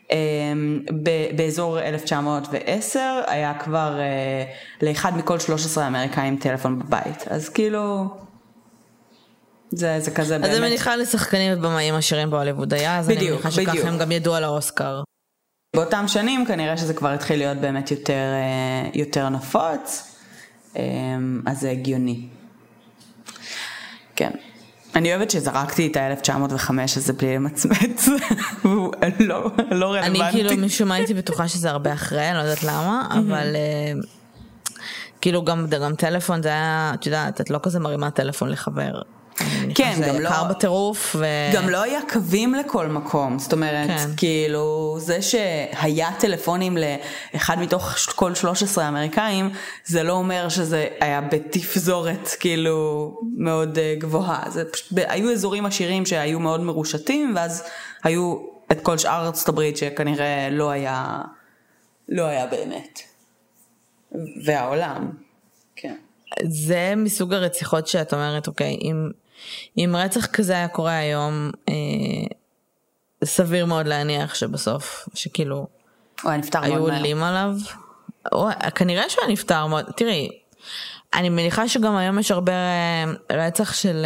באזור אלף תשע מאות ועשר היה כבר לאחד מכל שלוש עשרה אמריקאים טלפון בבית, אז כאילו... זה, זה כזה באמת. אז אני מניחה לשחקנים ובמאים עשירים בהוליווד היה, אז אני מניחה שככה הם גם ידעו על האוסקר. באותם שנים כנראה שזה כבר התחיל להיות באמת יותר, יותר נפוץ, אז זה הגיוני. כן. אני אוהבת שזרקתי את ה-אלף תשע מאות וחמש, אז זה בלי למצמץ, הוא לא, לא רלוונטי. אני כאילו משום מה הייתי בטוחה שזה הרבה אחרי, אני לא יודעת למה, אבל... כאילו גם, גם טלפון זה היה, את יודעת, את לא כזה מרימה טלפון לחבר. כן, גם לא, בטירוף ו... גם לא היה קווים לכל מקום, זאת אומרת, כן. כאילו, זה שהיה טלפונים לאחד מתוך כל שלוש עשרה אמריקאים, זה לא אומר שזה היה בתפזורת, כאילו, מאוד גבוהה, זה פשוט, היו אזורים עשירים שהיו מאוד מרושתים, ואז היו את כל שאר ארצות הברית שכנראה לא היה, לא היה באמת. והעולם, כן. זה מסוג הרציחות שאת אומרת, אוקיי, אם, אם רצח כזה היה קורה היום, אה, סביר מאוד להניח שבסוף, שכאילו, היו עולים עליו, או, כנראה שהוא נפטר מאוד, תראי, אני מניחה שגם היום יש הרבה רצח של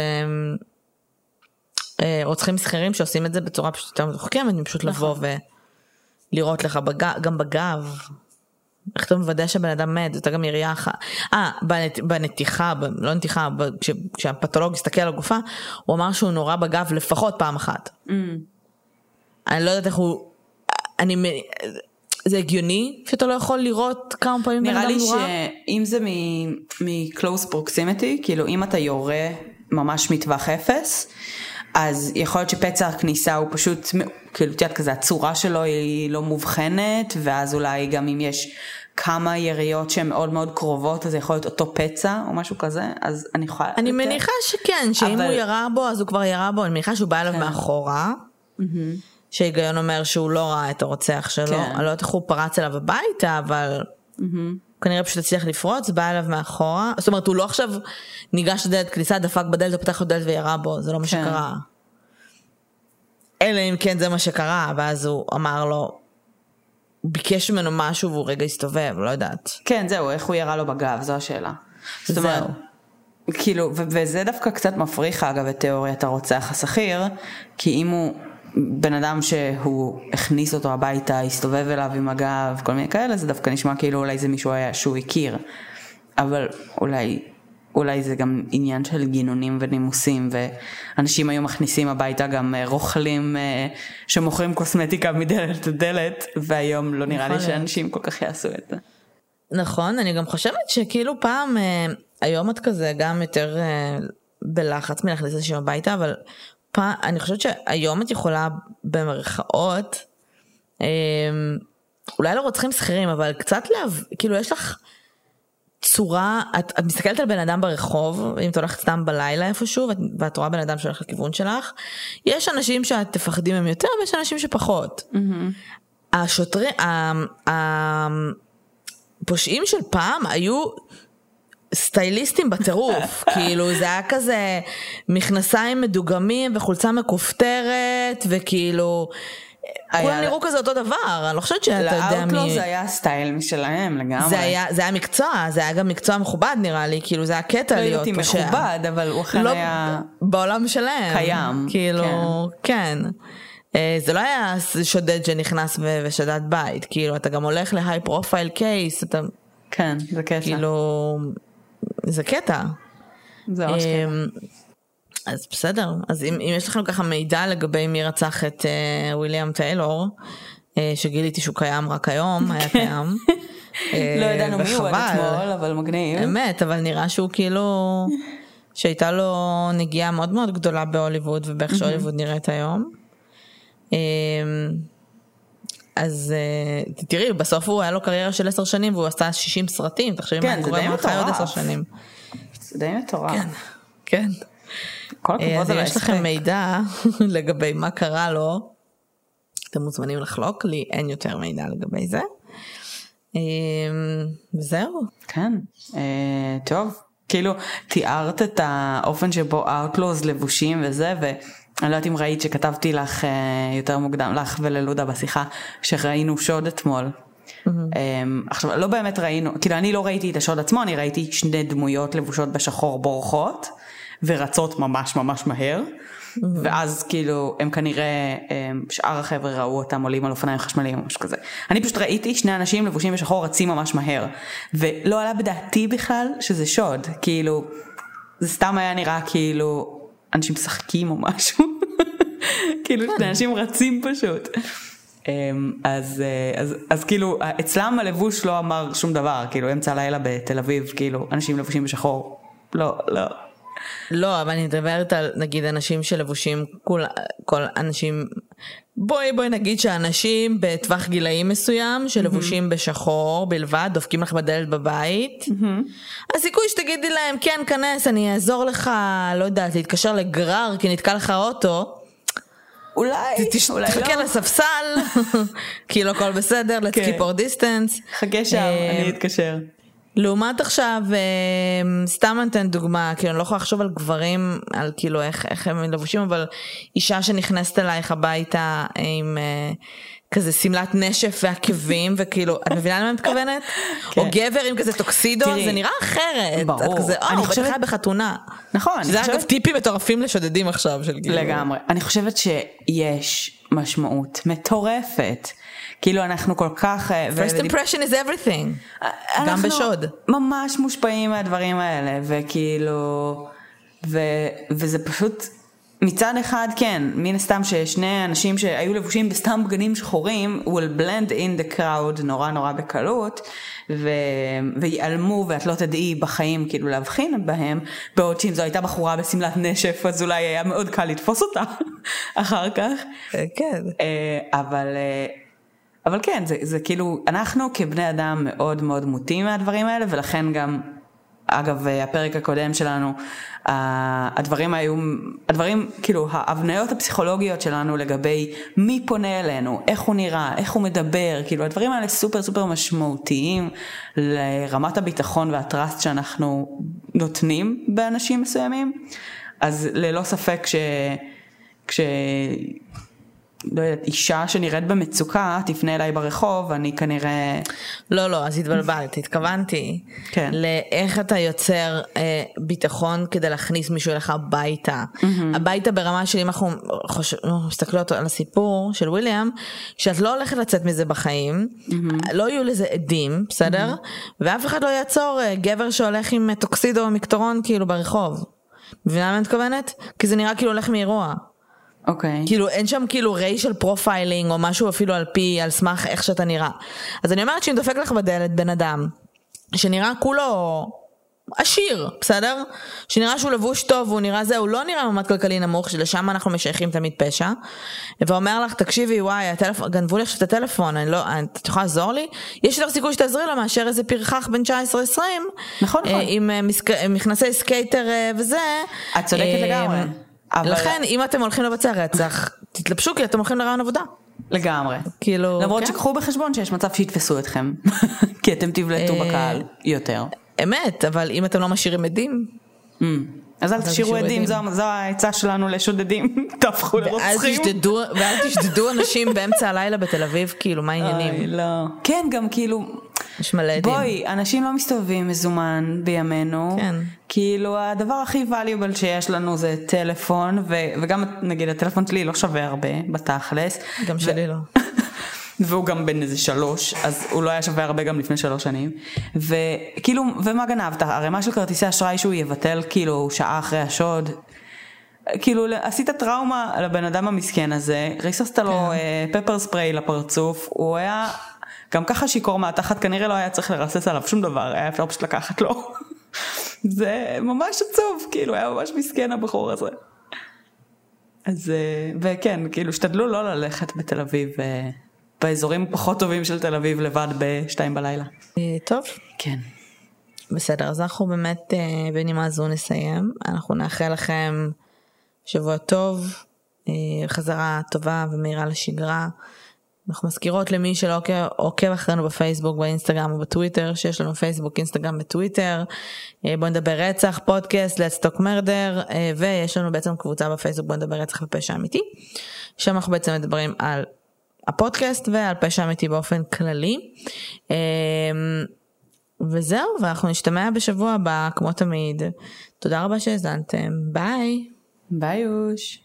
אה, רוצחים שכירים שעושים את זה בצורה פשוט יותר מתוחכמת, פשוט לבוא ולראות לך בגב, גם בגב, איך אתה מוודא שהבן אדם מת, אתה גם ירייה אחת. אה, בנת, בנתיחה, ב, לא נתיחה, ב, כש, כשהפתולוג הסתכל על הגופה, הוא אמר שהוא נורא בגב לפחות פעם אחת. Mm. אני לא יודעת איך הוא, אני, זה הגיוני שאתה לא יכול לראות כמה פעמים בן אדם נורא? נראה לי שאם זה מ-close proximity, כאילו אם אתה יורה ממש מטווח אפס, אז יכול להיות שפצע הכניסה הוא פשוט, כאילו תיאת כזה, הצורה שלו היא לא מובחנת, ואז אולי גם אם יש כמה יריות שהן מאוד מאוד קרובות, אז יכול להיות אותו פצע או משהו כזה, אז אני יכולה... אני מניחה שכן, שאם הוא ירה בו, אז הוא כבר ירה בו, אני מניחה שהוא בא אליו מאחורה, שהיגיון אומר שהוא לא ראה את הרוצח שלו, אני לא יודעת איך הוא פרץ אליו הביתה, אבל... כנראה פשוט הצליח לפרוץ, בא אליו מאחורה, זאת אומרת הוא לא עכשיו ניגש לדלת כניסה, דפק בדלת, הוא פתח לו דלת וירה בו, זה לא מה שקרה. אלא אם כן זה מה שקרה, ואז הוא אמר לו, ביקש ממנו משהו והוא רגע הסתובב, לא יודעת. כן, זהו, איך הוא ירה לו בגב, זו השאלה. זאת אומרת, כאילו, וזה דווקא קצת מפריך אגב את תיאוריית הרוצח השכיר, כי אם הוא בן אדם שהוא הכניס אותו הביתה, הסתובב אליו עם הגב, כל מיני כאלה, זה דווקא נשמע כאילו אולי זה מישהו היה שהוא הכיר, אבל אולי, אולי זה גם עניין של גינונים ונימוסים, ואנשים היו מכניסים הביתה גם רוכלים שמוכרים קוסמטיקה מדלת לדלת, והיום לא נראה לי שאנשים כל כך יעשו את זה. נכון, אני גם חושבת שכאילו פעם, היום את כזה גם יותר בלחץ מלהכניס אנשים הביתה, אבל פעם, אני חושבת שהיום את יכולה במרכאות, אולי לא רוצחים שכירים, אבל קצת להב, כאילו יש לך צורה, את, את מסתכלת על בן אדם ברחוב, אם את הולכת סתם בלילה איפשהו, ואת, ואת רואה בן אדם שהולך לכיוון שלך, יש אנשים שאת תפחדים הם יותר, ויש אנשים שפחות. Mm-hmm. השוטרים, הפושעים של פעם היו סטייליסטים בטירוף, כאילו זה היה כזה מכנסיים מדוגמים וחולצה מכופתרת, וכאילו כולם נראו כזה אותו דבר, אני לא חושבת שאתה יודע מי... לאוטלו זה היה סטייל משלהם לגמרי. זה היה, זה היה מקצוע, זה היה גם מקצוע מכובד נראה לי, כאילו זה היה קטע להיות פושע. לא יודעתי מכובד, אבל הוא אכן היה... בעולם שלהם. קיים. כאילו, כן. זה לא היה שודד שנכנס ושדד בית, כאילו אתה גם הולך להיי פרופייל קייס, אתה... כן, זה קטע. כאילו... זה קטע. זה ממש קטע. אז בסדר, אז אם, אם יש לכם ככה מידע לגבי מי רצח את uh, וויליאם טיילור, uh, שגיליתי שהוא קיים רק היום, היה קיים. לא ידענו מי הוא עד אתמול, אבל מגניב. אמת, אבל נראה שהוא כאילו, שהייתה לו נגיעה מאוד מאוד גדולה בהוליווד, ובאיך שהוליווד נראית היום. אז תראי, בסוף הוא היה לו קריירה של עשר שנים, והוא עשה שישים סרטים, תחשבי מה קורה מה חי עוד עשר שנים. זה די מטורף. כן, כן. אז אם יש לכם מידע לגבי מה קרה לו, אתם מוזמנים לחלוק, לי אין יותר מידע לגבי זה. וזהו. כן, טוב. כאילו, תיארת את האופן שבו Outlaws לבושים וזה, ואני לא יודעת אם ראית שכתבתי לך יותר מוקדם, לך וללודה בשיחה, שראינו שוד אתמול. עכשיו, לא באמת ראינו, כאילו אני לא ראיתי את השוד עצמו, אני ראיתי שני דמויות לבושות בשחור בורחות, ורצות ממש ממש מהר, ואז כאילו הם כנראה, שאר החבר'ה ראו אותם עולים על אופניים חשמליים או משהו כזה. אני פשוט ראיתי שני אנשים לבושים בשחור רצים ממש מהר, ולא עלה בדעתי בכלל שזה שוד, כאילו, זה סתם היה נראה כאילו אנשים משחקים או משהו, כאילו שני אנשים רצים פשוט. אז, אז, אז כאילו, אצלם הלבוש לא אמר שום דבר, כאילו אמצע הלילה בתל אביב, כאילו אנשים לבושים בשחור, לא, לא. לא, אבל אני מדברת על נגיד אנשים שלבושים, כל, כל אנשים, בואי בואי נגיד שאנשים בטווח גילאים מסוים, שלבושים mm-hmm. בשחור בלבד, דופקים לך בדלת בבית, mm-hmm. הסיכוי שתגידי להם, כן, כנס, אני אעזור לך, לא יודעת, להתקשר לגרר, כי נתקע לך אוטו, אולי, תש... אולי תחכה לא. לספסל, כאילו הכל בסדר, let's keep our distance. חכה שם, אני אתקשר. לעומת עכשיו, סתם נתן דוגמה, כאילו אני לא יכולה לחשוב על גברים, על כאילו איך, איך הם לבושים, אבל אישה שנכנסת אלייך הביתה עם כזה סמלת נשף ועקבים, וכאילו, את מבינה למה אני מתכוונת? או גבר עם כזה טוקסידו, זה נראה אחרת. ברור. את כזה, או, הוא בטח בחתונה. נכון. שזה אגב טיפים מטורפים לשודדים עכשיו של כאילו. לגמרי. אני חושבת שיש משמעות מטורפת. כאילו אנחנו כל כך... First impression is everything. גם בשוד. ממש מושפעים מהדברים האלה, וכאילו... ו... וזה פשוט... מצד אחד כן, מן הסתם ששני אנשים שהיו לבושים בסתם בגנים שחורים, will blend in the crowd נורא נורא בקלות, ו... ויעלמו ואת לא תדעי בחיים כאילו להבחין בהם, בעוד שאם זו הייתה בחורה בסמלת נשף, אז אולי היה מאוד קל לתפוס אותה אחר כך. כן. אבל, אבל כן, זה, זה כאילו, אנחנו כבני אדם מאוד מאוד מוטים מהדברים האלה, ולכן גם, אגב, הפרק הקודם שלנו, הדברים היו, הדברים, כאילו, ההבניות הפסיכולוגיות שלנו לגבי מי פונה אלינו, איך הוא נראה, איך הוא מדבר, כאילו, הדברים האלה סופר סופר משמעותיים לרמת הביטחון והטראסט שאנחנו נותנים באנשים מסוימים. אז ללא ספק ש, כש, לא יודעת, אישה שנראית במצוקה תפנה אליי ברחוב, אני כנראה... לא, לא, אז התבלבלת, התכוונתי. כן. לאיך אתה יוצר אה, ביטחון כדי להכניס מישהו אליך הביתה. Mm-hmm. הביתה ברמה של אם אנחנו חושב, מסתכלות על הסיפור של וויליאם, שאת לא הולכת לצאת מזה בחיים, mm-hmm. לא יהיו לזה עדים, בסדר? Mm-hmm. ואף אחד לא יעצור אה, גבר שהולך עם טוקסידו או מקטורון כאילו ברחוב. מבינה מה אני מתכוונת? כי זה נראה כאילו הולך מאירוע. אוקיי. כאילו אין שם כאילו ריי של פרופיילינג או משהו אפילו על פי, על סמך איך שאתה נראה. אז אני אומרת שאם דופק לך בדלת בן אדם שנראה כולו עשיר, בסדר? שנראה שהוא לבוש טוב והוא נראה זה, הוא לא נראה ממד כלכלי נמוך, שלשם אנחנו משייכים תמיד פשע, ואומר לך, תקשיבי, וואי, הטלפון, גנבו לי עכשיו את הטלפון, אני לא, אני, את יכולה לעזור לי? יש יותר סיכוי שתעזרי לו מאשר איזה פרחח בין תשע עשרה עשרים, נכון, נכון. עם מכנסי סקייטר וזה. את צודקת לגמרי. אבל... לכן, אם אתם הולכים לבצע רצח, תתלבשו כי אתם הולכים לרעיון עבודה. לגמרי. כאילו... למרות כן? שקחו בחשבון שיש מצב שיתפסו אתכם, כי אתם תבלטו בקהל יותר. אמת, אבל אם אתם לא משאירים עדים... אז אל תשאירו עדים, זו העצה שלנו לשודדים, תהפכו לרוצחים. ואל תשדדו אנשים באמצע הלילה בתל אביב, כאילו, מה העניינים? לא. כן, גם כאילו... יש מלא עדים. בואי, אנשים לא מסתובבים מזומן בימינו. כן. כאילו, הדבר הכי valuable שיש לנו זה טלפון, וגם, נגיד, הטלפון שלי לא שווה הרבה, בתכלס. גם שלי לא. והוא גם בין איזה שלוש, אז הוא לא היה שווה הרבה גם לפני שלוש שנים. וכאילו, ומה גנבת? הרמה של כרטיסי אשראי שהוא יבטל כאילו שעה אחרי השוד. כאילו, עשית טראומה לבן אדם המסכן הזה, ריססת לו פפר ספרי לפרצוף, הוא היה גם ככה שיקור מהתחת, כנראה לא היה צריך לרסס עליו שום דבר, היה אפשר פשוט לקחת לו. זה ממש עצוב, כאילו, היה ממש מסכן הבחור הזה. אז, וכן, כאילו, שתדלו לא ללכת בתל אביב, באזורים פחות טובים של תל אביב לבד בשתיים בלילה. טוב. כן. בסדר, אז אנחנו באמת בנימה זו נסיים. אנחנו נאחל לכם שבוע טוב, חזרה טובה ומהירה לשגרה. אנחנו מזכירות למי שלא עוקב אחרינו בפייסבוק, באינסטגרם ובטוויטר, שיש לנו פייסבוק, אינסטגרם וטוויטר. בוא נדבר רצח, פודקאסט, Let's Talk Murder, ויש לנו בעצם קבוצה בפייסבוק, בוא נדבר רצח ופשע אמיתי. שם אנחנו בעצם מדברים על הפודקאסט ועל פשע אמיתי באופן כללי. וזהו, ואנחנו נשתמע בשבוע הבא, כמו תמיד. תודה רבה שהזנתם. ביי. ביי יוש.